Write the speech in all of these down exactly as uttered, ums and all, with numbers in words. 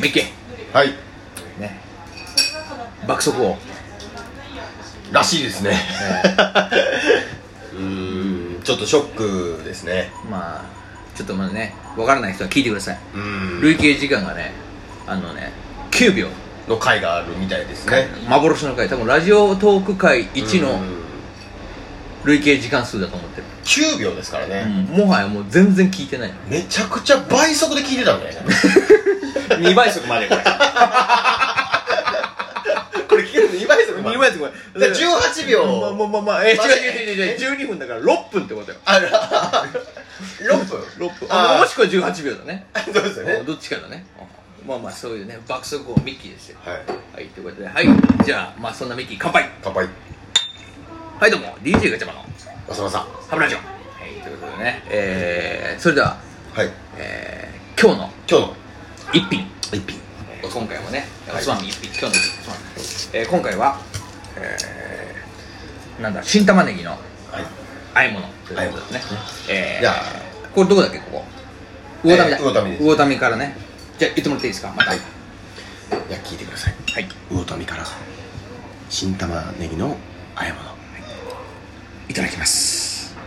ミッキーはいね、爆速王らしいですね、 えー、うーんちょっとショックですね。 まあちょっとまだね分からない人は聞いてください。 うーん累計時間がねあのねきゅうびょうの回があるみたいですね。 幻の回、多分ラジオトーク界一の累計時間数だと思ってる。 きゅうびょうですからね、 うん、もはやもう全然聞いてない。 めちゃくちゃ倍速で聞いてたんだよねにばい速までこれこれ聞けるのにばい速までにばい速までじゅうはちびょうまあまあまあまあえー、違う違う違う違うじゅうにふんだからろっぷんってことよ。 あらろっぷんろっぷんあーもしくはじゅうはちびょうだねそうですよね。 どっちかだね。まあまあそういうね爆速王ミッキーですよ。 はいはいということで、はいじゃあまあそんなミッキー乾杯。 乾杯。 はいどうも ディージェー ガチャバのおさまさん。 ハブラジオ。はいということでねえー、それでははいえー、今日の今日の一品、 一品。 えー今回はねおはいつまみ一品、今日のおつまみ、えー、今回はえー、なんだ新玉ねぎのはい和え物ということですね。えじゃー、これどこだっけここ魚民だ、 えー魚民です魚民からね。じゃあ言ってもらっていいですかまた。 はいじゃあ聞いてください。 はい魚民から新玉ねぎの和え物。 いただきます。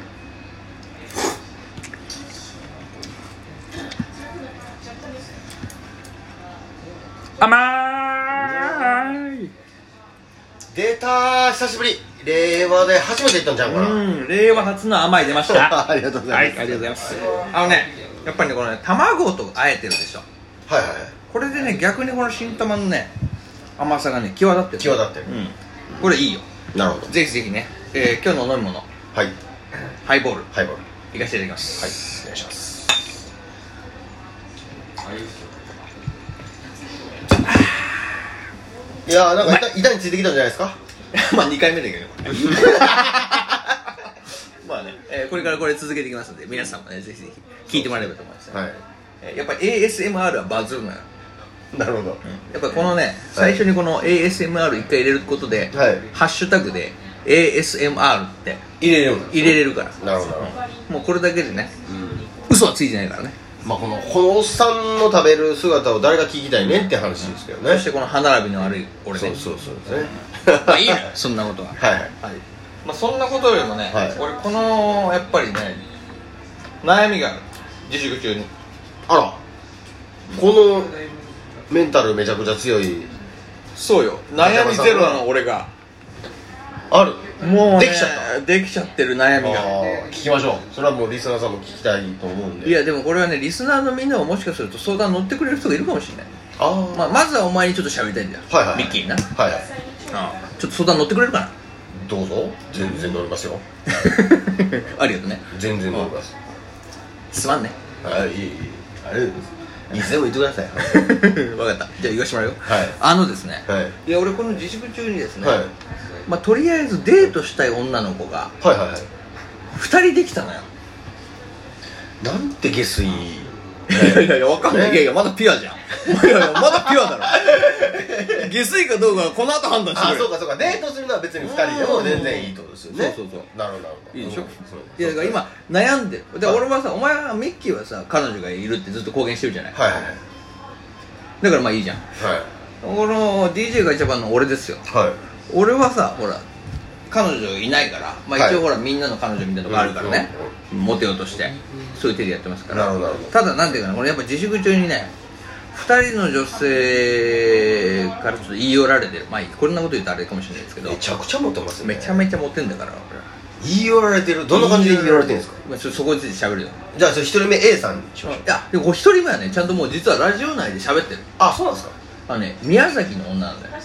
甘い。 出たー久しぶり。令和で初めて行ったんちゃうかな。 うん令和初の甘い出ましたありがとうございます。 はいありがとうございます。あのねやっぱりねこのね卵とあえてるでしょ。 はいはいはい。 これでね逆にこの新玉のね甘さがね際立ってる。 際立ってる。 うんこれいいよ。 なるほど。 ぜひぜひね、えー、今日の飲み物はいハイボールハイボール。 いかせていただきます。 はいお願いします。いやーなんか板板についてきたんじゃないですか。 まあにかいめだけどまあね、えー、これからこれ続けていきますので皆さんもねぜひぜひ聞いてもらえればと思います、ね。 はい。 えーやっぱり エーエスエムアール はバズるのよ。 なるほど。 やっぱりこのね、最初にこの エーエスエムアール 一回入れることで、 はいハッシュタグで エーエスエムアール って入れれるんです。 入れれるから。 なるほどなるほど。 もうこれだけでねうん。 嘘はついてないからね。 まあこのこのおっさんの食べる姿を誰が聞きたいねって話ですけどね。 そしてこの歯並びの悪い俺ね。 そうそうそうですね。 まあいいのよそんなことは。 はいはい。 はい、まあ、そんなことよりもね、 はい俺このやっぱりね悩みがある。自粛中にあらこのメンタルめちゃくちゃ強い。 そうよ悩みゼロなの俺がある。 もう、ね、 できちゃったできちゃってる悩みが。 あー聞きましょう。それはもうリスナーさんも聞きたいと思うんで。 いやでもこれはねリスナーのみんなももしかすると相談乗ってくれる人がいるかもしれない。 あー、 まあ、まずはお前にちょっと喋りたいんだよ、 はいはいはいミッキーにな。 はいはいああちょっと相談乗ってくれるかなどうぞ。全然乗りますよ。 ありがとうね。 全然乗ります。 すまんね。 はいいいいいあれいつでも言ってください。 分かった。じゃあ言わしてもらうよ。 はいあのですね、 はいいや俺この自粛中にですね、 はいまあ、とりあえずデートしたい女の子がはいはいはい。 ふたりできたのよ。 なんて下水。 いやいやいや、わかんない。いやいや、まだピュアじゃん。いやいや、まだピュアだろ。下水かどうかはこの後判断してくれ。 あそうかそうか。デートするのは別にふたりでも全然いいってことですよね。 そうそうそうなるほどなるほど。 いいでしょ。 うんいやだから今悩んでる。で、 はい俺はさ、お前はミッキーはさ彼女がいるってずっと公言してるじゃない。 はいはいだからまあいいじゃん。 はいこの ディージェー が一番の俺ですよ。 はい。 俺はさほら彼女いないからまあ一応はいほらみんなの彼女みたいなとこあるからね、モテようとしてそういう手でやってますから。 なるほどなるほど。 ただなんていうかなこれやっぱ自粛中にねふたりの女性からちょっと言い寄られてる。まあこんなこと言うとあれかもしれないですけどめちゃくちゃモテますよね。 めちゃめちゃモテんだから俺は。 言い寄られてる。どんな感じで言い寄られてるんですか。 まあちょっとそこについて喋るよ。 じゃあそれ一人目 A さんにしましょう。 いやでも一人目はねちゃんともう実はラジオ内で喋ってる。 あそうなんですか。 あのね宮崎の女なんだよ。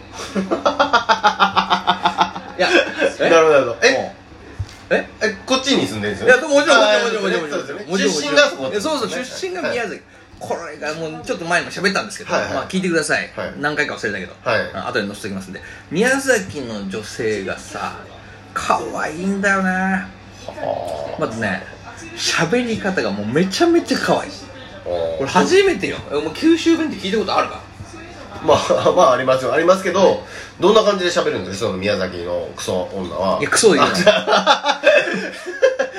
いやえなるほどなるほど。えええこっちに住んでるんですいやよ。 もちろんもあーちろんもちろんもちろんそうですよねもちろん出身がそこえそうそう出身が宮崎。これがもうちょっと前にも喋ったんですけど、 はいはいまあ聞いてください、 はい何回か忘れたけど、 はいあ後で載せておきますんで。宮崎の女性がさ可愛いんだよね。 はまずね喋り方がもうめちゃめちゃ可愛い。 あーこれ初めてよ。えもう九州弁って聞いたことあるか。 まあまあありますよありますけど、どんな感じで喋るんですかその宮崎のクソ女は。 いやクソ言うな。だから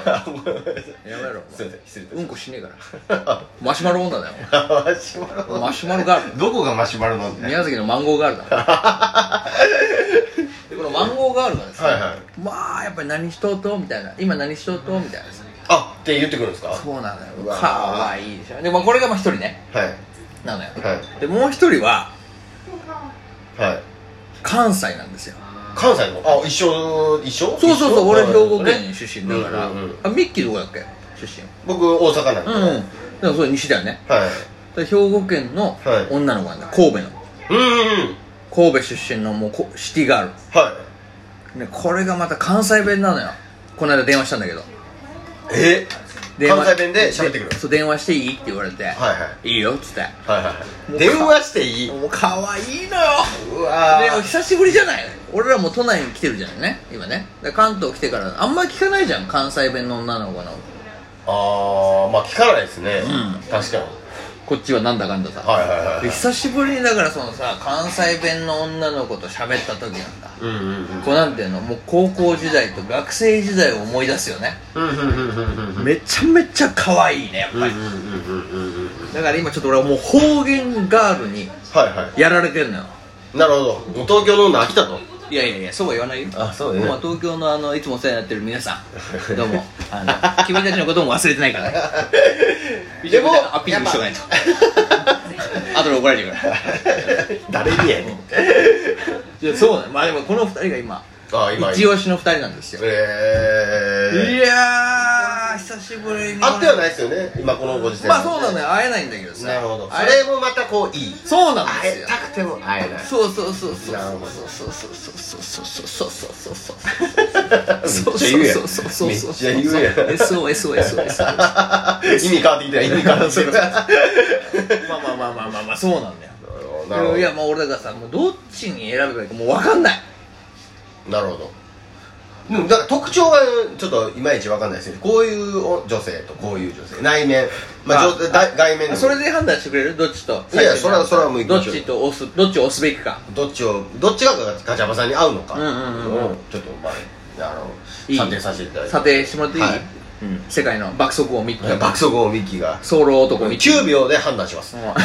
やめろすいません失礼いたしました。 うんこしねえからマシュマロ女だよマシュマロマシュマロガールどこがマシュマロなんだよ。 宮崎のマンゴーガールだでこのマンゴーガールがですね、 はいはい、 まあやっぱり何しとうとみたいな今何しとうとみたいなあって言ってくるんですか。 そうなのようわーかわいいでしょで、まあ、これがまあ一人ねはいなのよ、 はでもう一人はいはい関西なんですよ。 関西のあ一緒一緒そうそうそう、俺兵庫ね県出身だから、 うんうんうん、 あミッキーどこだっけ出身。 僕大阪なんで、 うんうんでもそれ西だよね。 はいで兵庫県の女の子なんだ、神戸のうんうんうん神戸出身のもうこシティガール、 はいね、これがまた関西弁なのよ。この間電話したんだけどえ電話関西弁で喋ってくる。 そう電話していいって言われて、 はいはいいいよっつって、 はいはいもう電話していい。 もう可愛いのよ。 うわで久しぶりじゃない。俺らも都内に来てるじゃんね今ね。で関東来てからあんまり聞かないじゃん関西弁の女の子のあーまあ聞かないですね、 うん確かに。 こっちはなんだかんださ、 はいはいはいで久しぶりにだからそのさ関西弁の女の子と喋った時なんだ、 うんうんうんこうなんていうのもう高校時代と学生時代を思い出すよね。 うんうんうんうんうんめちゃめちゃ可愛いねやっぱり、 うんうんうんうんうんだから今ちょっと俺はもう方言ガールにはいはやられてんのよ。 いなるほど。東京の女飽きたと。 いやいやいやそうは言わないよ。 あそうねまあ、東京のあのいつもお世話になってる皆さんどうもあの君たちのことも忘れてないからねでもアピールしとかないと後で怒られるから誰にやねん。 いやそうね。まあでもこの二人が今あ今一押しの二人なんですよ。 えーいやー久しぶりに会ってはないですよね今このご時世。 まあそうなのよ。会えないんだけどさ。 なるほど。そ会えれもまたこういい。 そうなんですよ。 会えたくても会えない。 そうそうそうそうなるほどそうそうそうそうそうそうそうそうそうめっちゃ言うやんそうそうそうそうめっちゃ言うやんエスオーエスオーエスオーエスオー意味変わってきた意味変わってきた。 まあまあまあまあまあまあそうなんだよ。 なるほどいやまあ俺だからさもうどっちに選べばいいかもう分かんない。 なるほど。でもだから特徴がちょっといまいち分かんないですね。こういう女性とこういう女性内面まああ女だ外面でもそれで判断してくれるどっちと。 いやそれはそれはもう行きどっましょうちと押すどっちを押すべきか。 どっちをどっちがガチャバさんに合うのかうんうんうんうんちょっとまああのいい査定させていただいて査定してもらっていい、 はいうん、世界の爆速王ミッキー爆速王ミッキーがソロ男ミッキーきゅうびょうで判断しますうんいや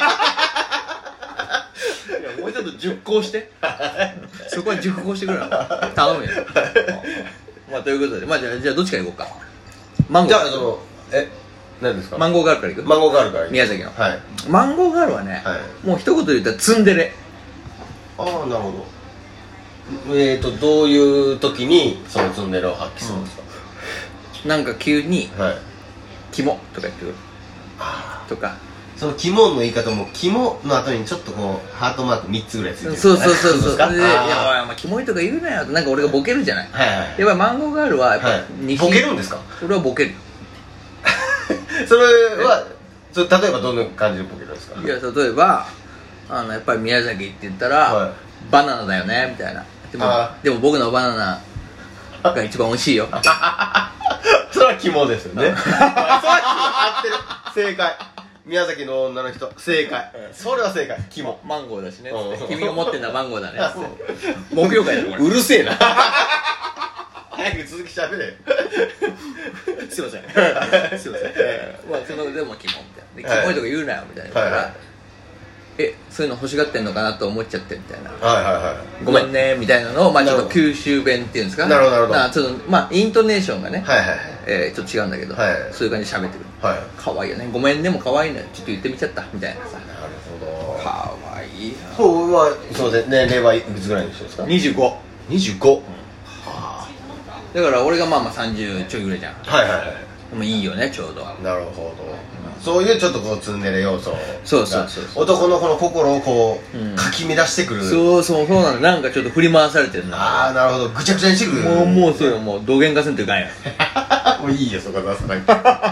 もうちょっと熟考してそこは熟考してくれよ頼むよまあということでまあじゃあじゃあどっちからいこうか。マンゴーじゃあそのえ何ですか。 マンゴーガールからいく。 マンゴーガールから宮崎のはいマンゴーガールはね、 はもう一言で言ったらツンデレ。 ああなるほど。えーとどういう時にそのツンデレを発揮するんですか。 なんか急にはい 「キモ」とか言ってくるとかその肝の言い方も肝の後にちょっとこうハートマークみっつぐらいついてる。 そうそうそうそうかで「いやあお前キモいとか言うなよ」ってなんか俺がボケるじゃない。 ーはいはいやっぱりマンゴーガールはやっぱ、 はい西ボケるんですか。 俺はボケるよ。 それはそれ例えばどんな感じでボケるんですか。 いや例えばあのやっぱり宮崎って言ったら、 はいバナナだよねみたいな。でもあでも僕のバナナが一番美味しいよそれは肝ですよね。それは肝合ってる正解。宮崎の女の人正解。それは正解肝。 マンゴーだしねうんつって君が持ってんのはマンゴーだねつって木曜会だよこれうるせえな。早く続きしゃべれ。 すいませんすいませんまあそのでもキモみたいなでキモいとか言うなよみたいな、 はいはいえそういうの欲しがってんのかなと思っちゃってみたいなはいはいはいごめんねみたいなのをまあちょっとなるほど九州弁っていうんですか。 なるほどなるほどだからちょっとまあイントネーションがね、 はいはいはいえーちょっと違うんだけど、 はいそういう感じで喋ってくる。 はい。 可愛いよねごめんねも可愛いのよちょっと言ってみちゃったみたいなさ。 なるほど。 可愛いよ。 そうはすいません年齢はいくつぐらいの人ですか。 にじゅうごにじゅうご。 だから俺がまあまあさんじゅうちょいぐらいじゃん。 はいはいはい。 でもいいよねちょうど。 なるほど。そういうちょっとこうツンデレ要素。 そうそうそうそう男の子の心をこう、 うんかき乱してくる。 そうそうそうなんだ。なんかちょっと振り回されてるな。 ああなるほど。ぐちゃぐちゃにしてくる。 もうもうそうよもうどげんかせんといかんよもういいよそこ出さない。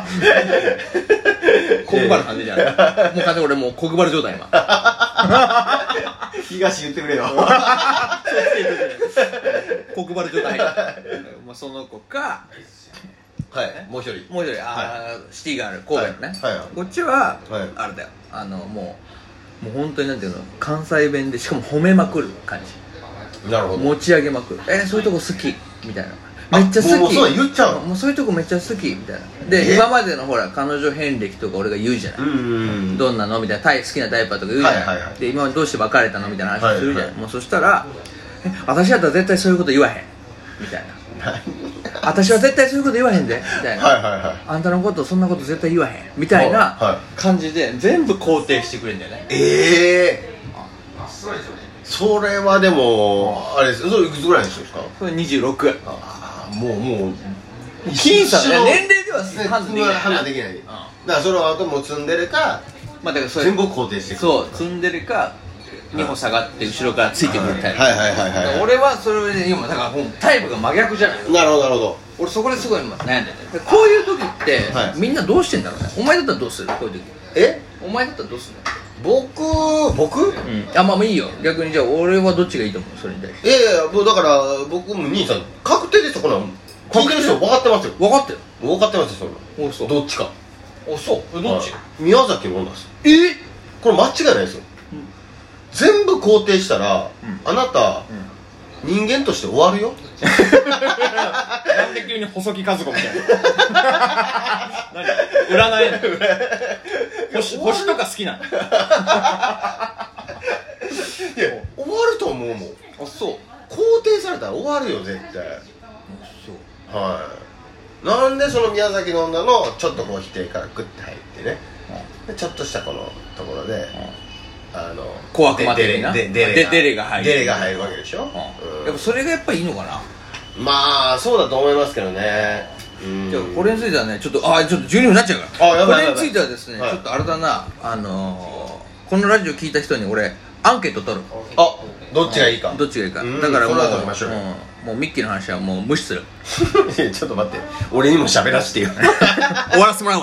コクバル感じじゃんもう完全に俺もうコクバル状態今東言ってくれよ。 コクバル状態まあその子かはい。もう一人。 もう一人あーシティガール神戸のね、 はいはいこっちは、 はいあれだよあのもうもう本当になんていうの関西弁でしかも褒めまくる感じ。 なるほど。 持ち上げまくるえー、そういうとこ好きみたいなめっちゃ好き、 もうそう言っちゃうの。 もうそういうとこめっちゃ好きみたいなで、今までのほら彼女遍歴とか俺が言うじゃない、 うんうんうんどんなのみたいなタイ好きなタイプとか言うじゃない、 はいはいはいで今までどうして別れたのみたいな話するじゃない、 はいはいもうそしたらえ私だったら絶対そういうこと言わへんみたいな私は絶対そういうこと言わへんでみたいな、 はいはいはい。 あんたのことそんなこと絶対言わへんみたいはいはない感じで全部肯定してくれるんだよね。 ええそれはでもあれですそれいくつぐらいの人ですか？ これにじゅうろく。 ああもうもう僅差だね、年齢ではね判断できない判断できない、だからそれは後も積んでるか、 まあだからそれ全部肯定してくる。 そう積んでるかに歩下がって後ろからついてくるタイプ、 はいはいはいはいはい。 俺はそれで今だからもうタイプが真逆じゃない。 なるほどなるほど。 俺そこですごい今悩んでて、こういう時って、 はいみんなどうしてんだろうね。お前だったらどうする？こういう時えお前だったらどうする僕僕の？うんあまあまあいいよ、逆にじゃあ俺はどっちがいいと思うそれに対して。 いやいやもうだから僕も兄さん確定ですよ。こんなん聞いてる人分かってますよ。 分かってる。 分かってますよそんな。 おそうどっちか。 おそうえどっち、 はい宮崎の女です。 えこれ間違いないですよ、 うん全部肯定したら、 うんあなた、 うん人間として終わるよ。 なんで急に細木和子みたいな何占いの星星とか好きなの？ いや終わると思うもん。 あそう肯定されたら終わるよ絶対。 そうはいなんでその宮崎の女のちょっとこう否定からグッて入ってね、でちょっとしたこのところで、あの小悪魔的なでででデレが入るデレが入るわけでしょ、 うんうんやっぱそれがやっぱいいのかな。 まあそうだと思いますけどね。うんじゃあこれについてはねちょっとあちょっとじゅうにふんになっちゃうからあやばいやばいこれについてはですね、 はいちょっとあれだなあのー、このラジオ聞いた人に俺アンケート取る。 あどっちがいいか。 どっちがいいかうんだからもうそれは取りましょうようんもうミッキーの話はもう無視するいやちょっと待って俺にも喋らせてよ終わらせてもらうわ。